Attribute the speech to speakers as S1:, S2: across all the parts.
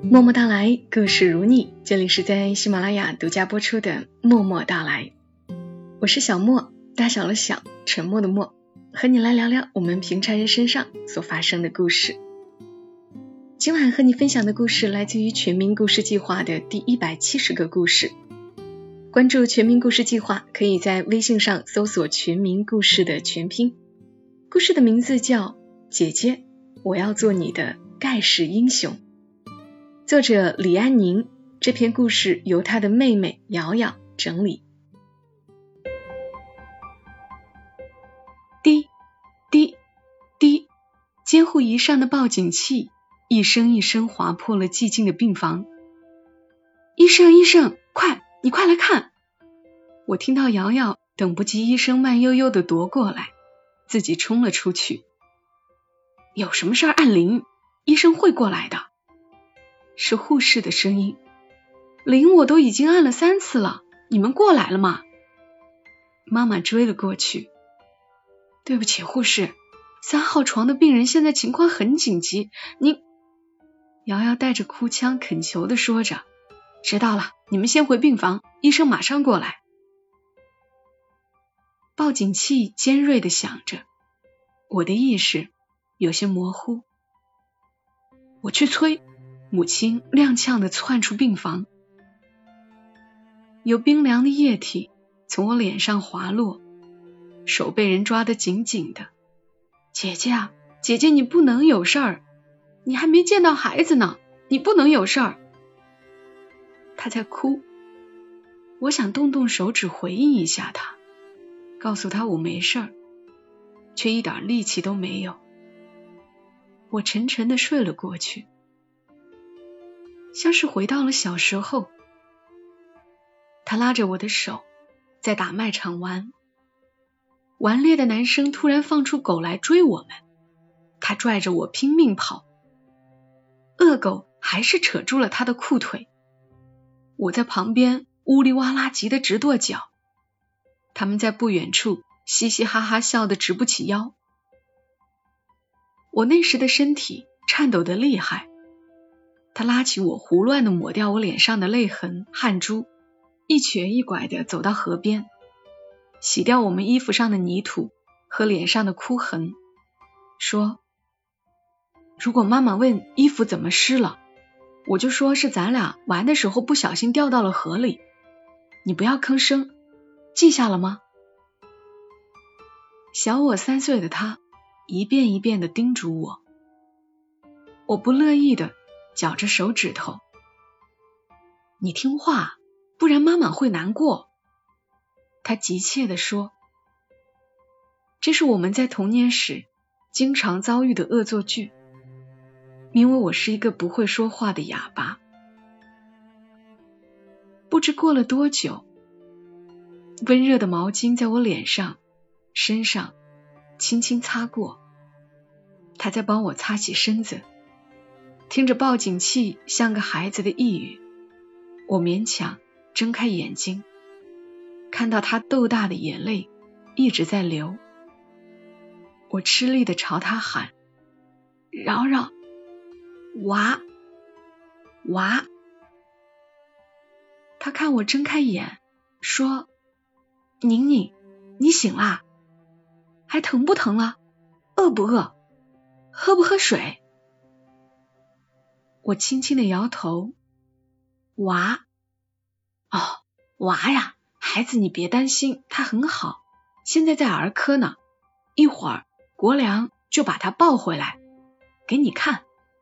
S1: 默默到来，故事如你，这里是在喜马拉雅独家播出的默默到来。我是小默，大小的小，沉默的默，和你来聊聊我们平常人身上所发生的故事。今晚和你分享的故事来自于全民故事计划的第170个故事。关注全民故事计划，可以在微信上搜索全民故事的全拼。故事的名字叫姐姐，我要做你的盖世英雄。作者李安宁，这篇故事由他的妹妹瑶瑶整理。滴滴滴，监护仪上的报警器一声一声划破了寂静的病房。医生，快，你快来看！我听到瑶瑶等不及医生慢悠悠地夺过来，自己冲了出去。有什么事按铃，医生会过来的。是护士的声音。铃我都已经按了3次了，你们过来了吗？妈妈追了过去。对不起，护士，3号床的病人现在情况很紧急，您……瑶瑶带着哭腔恳求地说着。知道了，你们先回病房，医生马上过来。报警器尖锐地响着，我的意识有些模糊。我去催，母亲踉跄地窜出病房。有冰凉的液体从我脸上滑落，手被人抓得紧紧的。姐姐啊，姐姐，你不能有事儿，你还没见到孩子呢，你不能有事儿。她在哭，我想动动手指回应一下她，告诉她我没事儿，却一点力气都没有。我沉沉地睡了过去，像是回到了小时候。他拉着我的手在打卖场玩，顽劣的男生突然放出狗来追我们，他拽着我拼命跑，恶狗还是扯住了他的裤腿。我在旁边呜哩哇啦急得直跺脚，他们在不远处嘻嘻哈哈笑得直不起腰。我那时的身体颤抖得厉害，他拉起我胡乱地抹掉我脸上的泪痕汗珠，一瘸一拐地走到河边，洗掉我们衣服上的泥土和脸上的哭痕，说如果妈妈问衣服怎么湿了，我就说是咱俩玩的时候不小心掉到了河里，你不要吭声，记下了吗？小我3岁的他一遍一遍地叮嘱我，我不乐意地绞着手指头。你听话，不然妈妈会难过。他急切地说。这是我们在童年时经常遭遇的恶作剧，因为我是一个不会说话的哑巴。不知过了多久，温热的毛巾在我脸上身上轻轻擦过，他在帮我擦洗身子，听着报警器像个孩子的呓语，我勉强睁开眼睛，看到他豆大的眼泪一直在流。我吃力地朝他喊，饶饶，娃娃。他看我睁开眼，说，宁宁，你醒啦？还疼不疼了？饿不饿？喝不喝水？我轻轻地摇头。娃？哦，娃呀，孩子你别担心，他很好，现在在儿科呢，一会儿国良就把他抱回来给你看。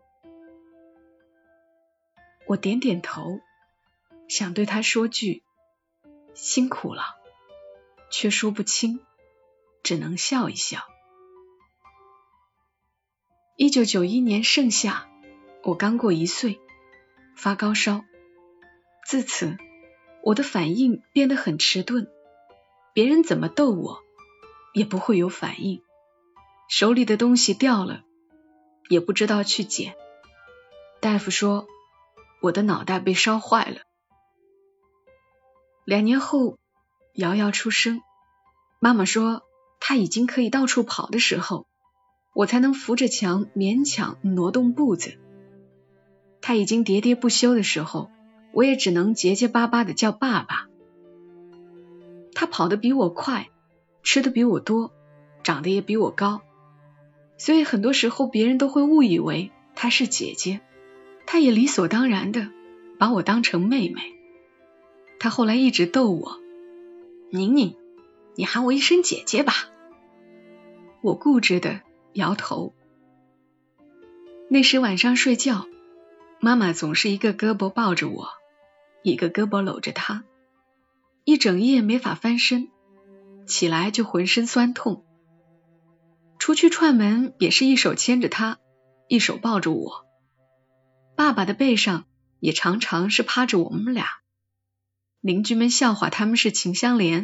S1: 我点点头，想对他说句辛苦了，却说不清，只能笑一笑。1991年盛夏，我刚过1岁，发高烧。自此我的反应变得很迟钝，别人怎么逗我也不会有反应，手里的东西掉了也不知道去捡。大夫说我的脑袋被烧坏了。2年后，瑶瑶出生，妈妈说她已经可以到处跑的时候，我才能扶着墙勉强挪动步子。 他已经喋喋不休的时候，我也只能结结巴巴的叫爸爸。他跑得比我快，吃得比我多，长得也比我高，所以很多时候别人都会误以为她是姐姐，她也理所当然的把我当成妹妹。她后来一直逗我，宁宁，你喊我一声姐姐吧。我固执的摇头。那时晚上睡觉，妈妈总是一个胳膊抱着我，一个胳膊搂着她，一整夜没法翻身，起来就浑身酸痛。出去串门也是一手牵着她，一手抱着我。爸爸的背上也常常是趴着我们俩，邻居们笑话他们是情相连。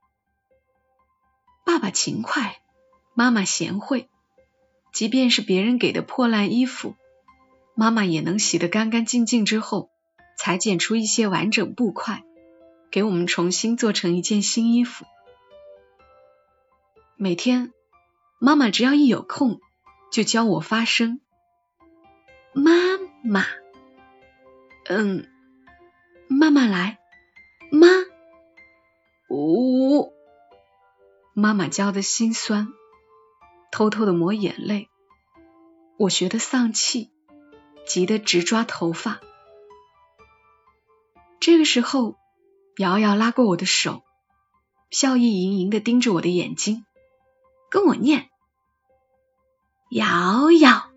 S1: 爸爸勤快，妈妈贤惠，即便是别人给的破烂衣服，妈妈也能洗得干干净净之后，裁剪出一些完整布块，给我们重新做成一件新衣服。每天妈妈只要一有空就教我发声，妈妈，妈妈来，妈，呜，妈妈教的心酸，偷偷的抹眼泪，我学得丧气，急得直抓头发。这个时候，瑶瑶拉过我的手，笑意盈盈地盯着我的眼睛，跟我念：瑶瑶，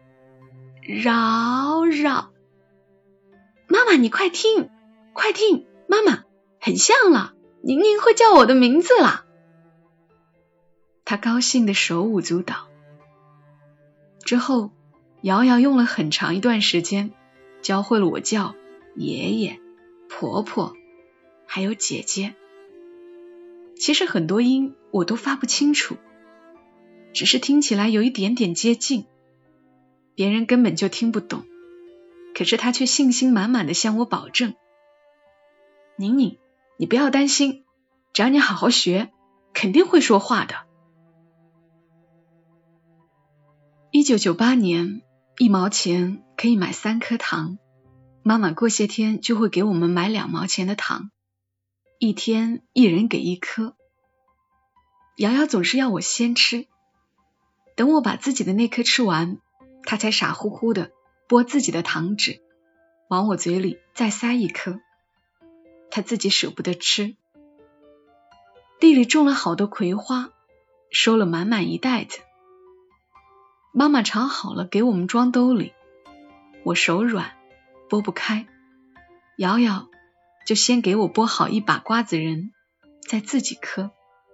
S1: 扰扰。妈妈，你快听，快听，妈妈很像了，宁宁会叫我的名字了。她高兴得手舞足蹈。之后，瑶瑶用了很长一段时间，教会了我叫爷爷、婆婆，还有姐姐。其实很多音我都发不清楚，只是听起来有一点点接近，别人根本就听不懂，可是她却信心满满地向我保证：宁宁，你不要担心，只要你好好学，肯定会说话的。1998年，1毛钱可以买3颗糖，妈妈过些天就会给我们买2毛钱的糖，一天一人给1颗。瑶瑶总是要我先吃，等我把自己的那颗吃完，她才傻乎乎的剥自己的糖纸，往我嘴里再塞1颗。她自己舍不得吃。地里种了好多葵花，收了满满1袋子。妈妈炒好了给我们装兜里，我手软剥不开，瑶瑶就先给我剥好1把瓜子仁，再自己嗑。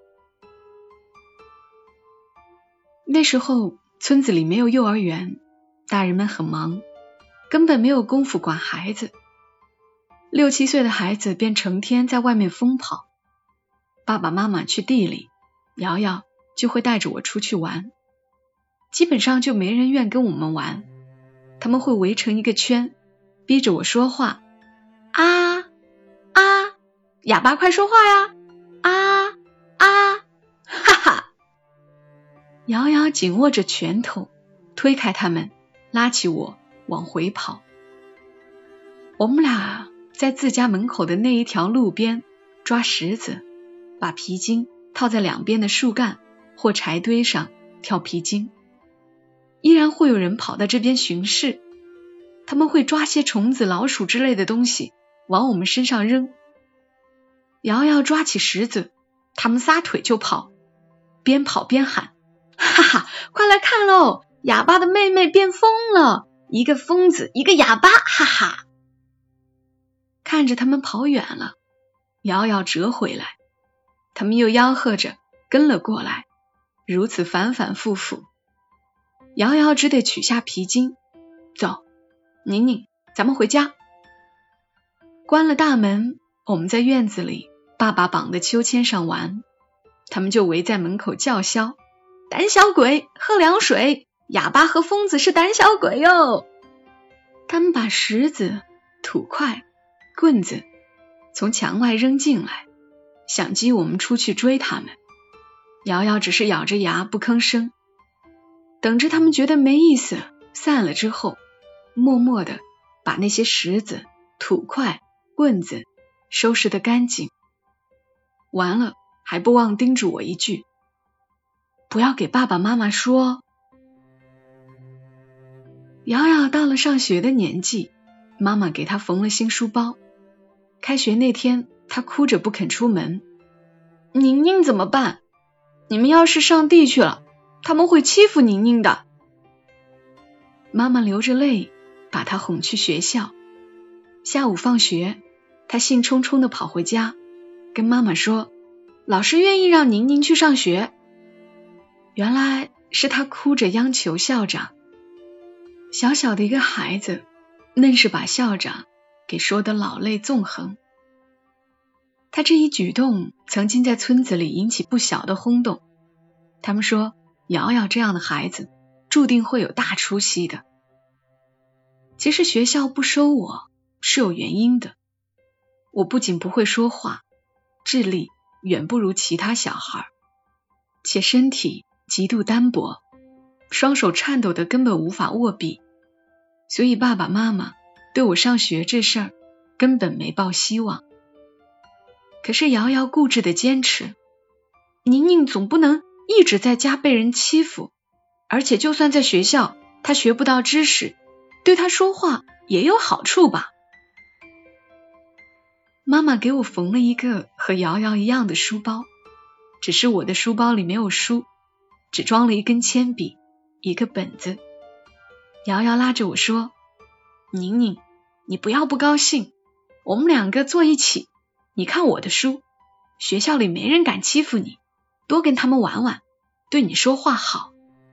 S1: 那时候村子里没有幼儿园，大人们很忙，根本没有功夫管孩子。6、7岁的孩子便成天在外面疯跑，爸爸妈妈去地里，瑶瑶就会带着我出去玩。基本上就没人愿跟我们玩，他们会围成一个圈，逼着我说话。啊啊，哑巴快说话呀！啊啊，哈哈！瑶瑶紧握着拳头，推开他们，拉起我往回跑。我们俩在自家门口的那一条路边抓石子，把皮筋套在2边的树干或柴堆上跳皮筋。依然会有人跑到这边巡视，他们会抓些虫子、老鼠之类的东西往我们身上扔。瑶瑶抓起石子，他们撒腿就跑，边跑边喊：哈哈，快来看喽，哑巴的妹妹变疯了，一个疯子，一个哑巴，哈哈。看着他们跑远了，瑶瑶折回来，他们又吆喝着跟了过来，如此反反复复。瑶瑶只得取下皮筋，走，宁宁，咱们回家。关了大门，我们在院子里爸爸绑的秋千上玩，他们就围在门口叫嚣：胆小鬼，喝凉水，哑巴和疯子是胆小鬼哟。他们把石子、土块、棍子从墙外扔进来，想激我们出去追他们。瑶瑶只是咬着牙不吭声，等着他们觉得没意思散了之后，默默地把那些石子、土块、棍子收拾得干净。完了，还不忘叮嘱我一句：不要给爸爸妈妈说。瑶瑶到了上学的年纪，妈妈给她缝了新书包。开学那天，她哭着不肯出门。宁宁怎么办？你们要是上地去了，他们会欺负宁宁的。妈妈流着泪把她哄去学校。下午放学，她兴冲冲地跑回家，跟妈妈说老师愿意让宁宁去上学。原来是她哭着央求校长。小小的一个孩子，愣是把校长给说得老泪纵横。他这一举动曾经在村子里引起不小的轰动。他们说瑶瑶这样的孩子注定会有大出息的。其实学校不收我是有原因的。我不仅不会说话，智力远不如其他小孩，且身体极度单薄，双手颤抖得根本无法握笔，所以爸爸妈妈对我上学这事儿根本没抱希望。可是瑶瑶固执地坚持，宁宁总不能一直在家被人欺负，而且就算在学校她学不到知识，对她说话也有好处吧。妈妈给我缝了一个和瑶瑶一样的书包，只是我的书包里没有书，只装了一根铅笔，一个本子。瑶瑶拉着我说，宁宁，你不要不高兴，我们两个坐一起，你看我的书，学校里没人敢欺负你，多跟他们玩玩，对你说话好。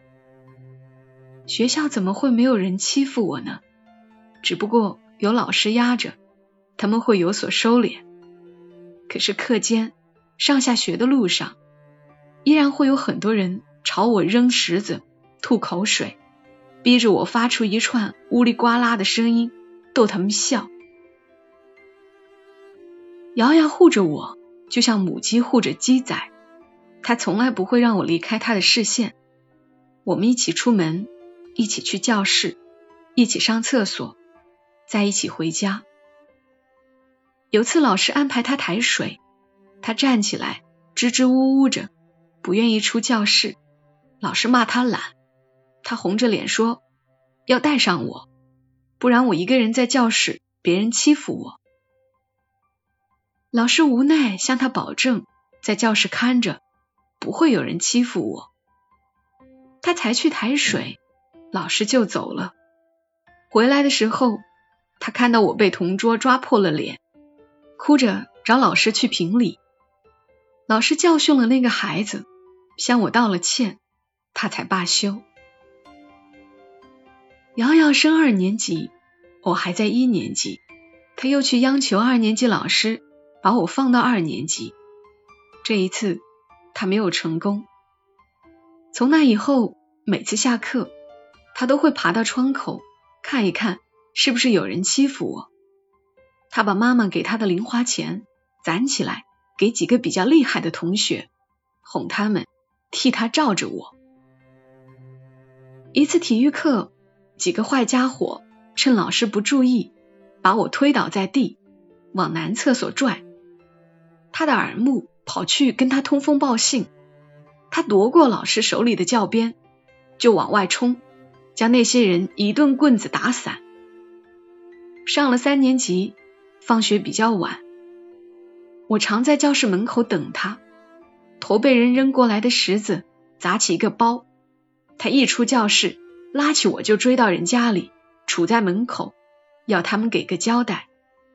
S1: 学校怎么会没有人欺负我呢？只不过有老师压着，他们会有所收敛。可是课间上下学的路上，依然会有很多人朝我扔石子、吐口水，逼着我发出一串呜哩呱啦的声音，逗他们笑。瑶瑶护着我，就像母鸡护着鸡仔，她从来不会让我离开她的视线。我们一起出门，一起去教室，一起上厕所，再一起回家。有次老师安排她抬水，她站起来支支吾吾着，不愿意出教室。老师骂她懒，她红着脸说要带上我，不然我一个人在教室，别人欺负我。老师无奈向她保证，在教室看着，不会有人欺负我。她才去抬水，老师就走了。回来的时候，她看到我被同桌抓破了脸，哭着找老师去评理。老师教训了那个孩子，向我道了歉，她才罢休。瑶瑶升2年级，我还在1年级，她又去央求2年级老师把我放到2年级。这一次她没有成功。从那以后，每次下课，她都会爬到窗口看一看是不是有人欺负我。她把妈妈给她的零花钱攒起来，给几个比较厉害的同学，哄他们替她罩着我。一次体育课，几个坏家伙趁老师不注意，把我推倒在地，往男厕所拽。他的耳目跑去跟他通风报信，他夺过老师手里的教鞭，就往外冲，将那些人一顿棍子打散。上了3年级，放学比较晚，我常在教室门口等他，头被人扔过来的石子砸起一个包，他一出教室，拉起我就追到人家里，杵在门口，要他们给个交代。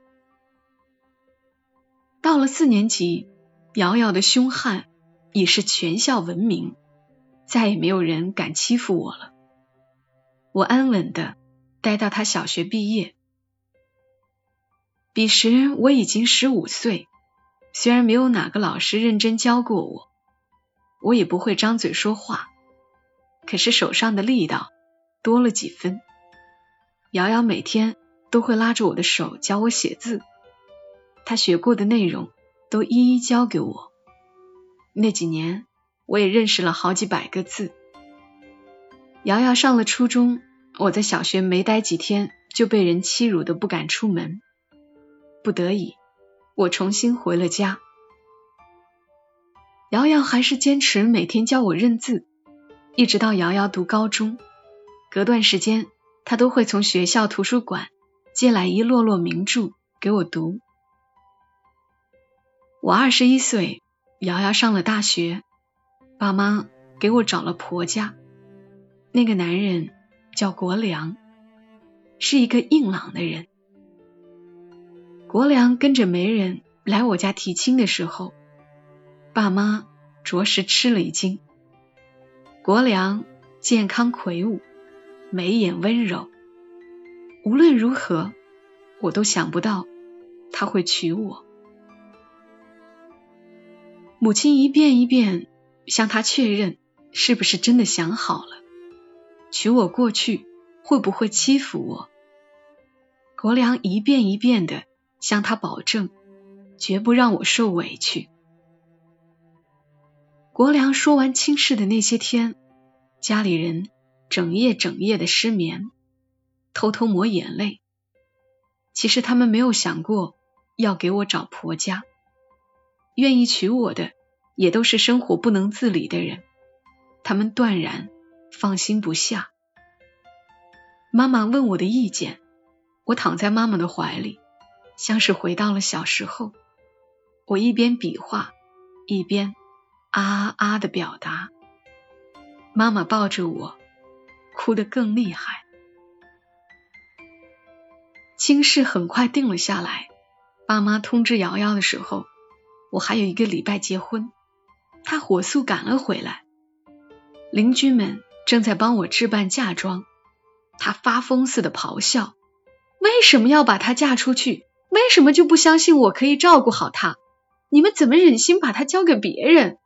S1: 到了4年级，瑶瑶的凶悍已是全校闻名，再也没有人敢欺负我了。我安稳地待到她小学毕业。彼时我已经15岁，虽然没有哪个老师认真教过我，我也不会张嘴说话，可是手上的力道多了几分。瑶瑶每天都会拉着我的手教我写字，她学过的内容都一一教给我。那几年我也认识了好几百个字。瑶瑶上了初中，我在小学没待几天就被人欺辱的不敢出门。不得已，我重新回了家。瑶瑶还是坚持每天教我认字，一直到瑶瑶读高中，隔段时间她都会从学校图书馆借来一摞摞名著给我读。我21岁，瑶瑶上了大学，爸妈给我找了婆家。那个男人叫国良，是一个硬朗的人。国良跟着媒人来我家提亲的时候，爸妈着实吃了一惊。国良健康魁梧，眉眼温柔，无论如何我都想不到他会娶我。母亲一遍一遍向他确认是不是真的想好了，娶我过去会不会欺负我。国良一遍一遍地向他保证，绝不让我受委屈。国良说完亲事的那些天，家里人整夜的失眠，偷偷抹眼泪。其实他们没有想过要给我找婆家，愿意娶我的也都是生活不能自理的人，他们断然放心不下。妈妈问我的意见，我躺在妈妈的怀里，像是回到了小时候。我一边比划，一边啊啊的表达。妈妈抱着我，哭得更厉害。亲事很快定了下来，爸妈通知瑶瑶的时候，我还有1个礼拜结婚，她火速赶了回来。邻居们正在帮我置办嫁妆，她发疯似的咆哮，为什么要把她嫁出去？为什么就不相信我可以照顾好她？你们怎么忍心把她交给别人？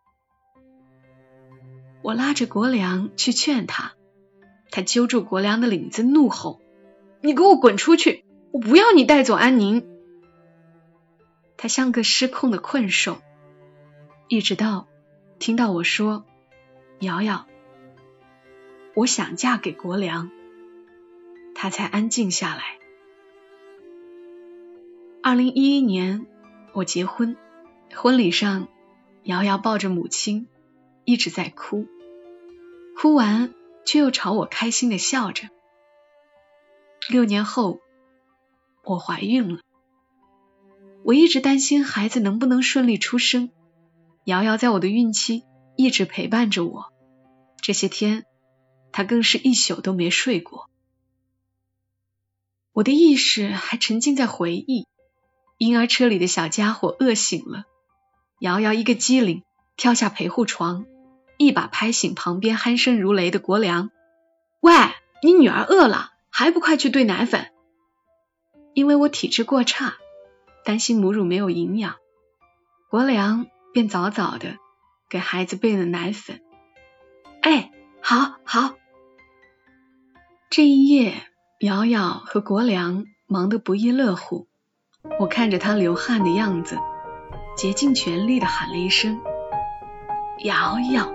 S1: 我拉着国良去劝她，她揪住国良的领子怒吼，你给我滚出去，我不要你带走安宁。她像个失控的困兽，一直到听到我说，瑶瑶，我想嫁给国良，她才安静下来。2011年我结婚，婚礼上瑶瑶抱着母亲一直在哭，哭完却又朝我开心地笑着。6年后我怀孕了，我一直担心孩子能不能顺利出生。瑶瑶在我的孕期一直陪伴着我，这些天她更是一宿都没睡过。我的意识还沉浸在回忆，婴儿车里的小家伙饿醒了，瑶瑶一个机灵跳下陪护床，一把拍醒旁边鼾声如雷的国良，喂，你女儿饿了，还不快去兑奶粉？因为我体质过差，担心母乳没有营养，国良便早早的给孩子备了奶粉。哎，好。这一夜，瑶瑶和国良忙得不亦乐乎，我看着他流汗的样子，竭尽全力地喊了一声，瑶瑶。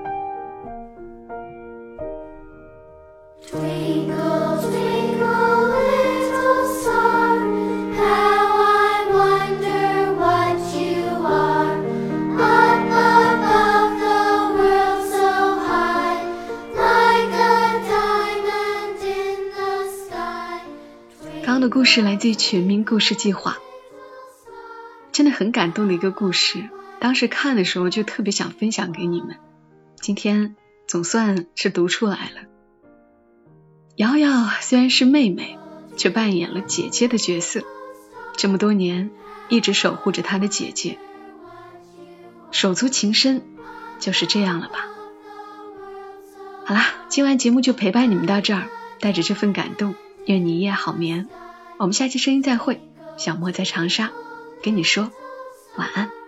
S2: Twinkle, twinkle, little star, how I wonder what you are. Up above the world so high, like a diamond in the sky.
S1: 刚刚的故事来自于全民故事计划，真的很感动的一个故事，当时看的时候就特别想分享给你们，今天总算是读出来了。瑶瑶虽然是妹妹，却扮演了姐姐的角色，这么多年一直守护着她的姐姐，手足情深，就是这样了吧。好啦，今晚节目就陪伴你们到这儿，带着这份感动，愿你一夜好眠。我们下期声音再会，小莫在长沙跟你说晚安。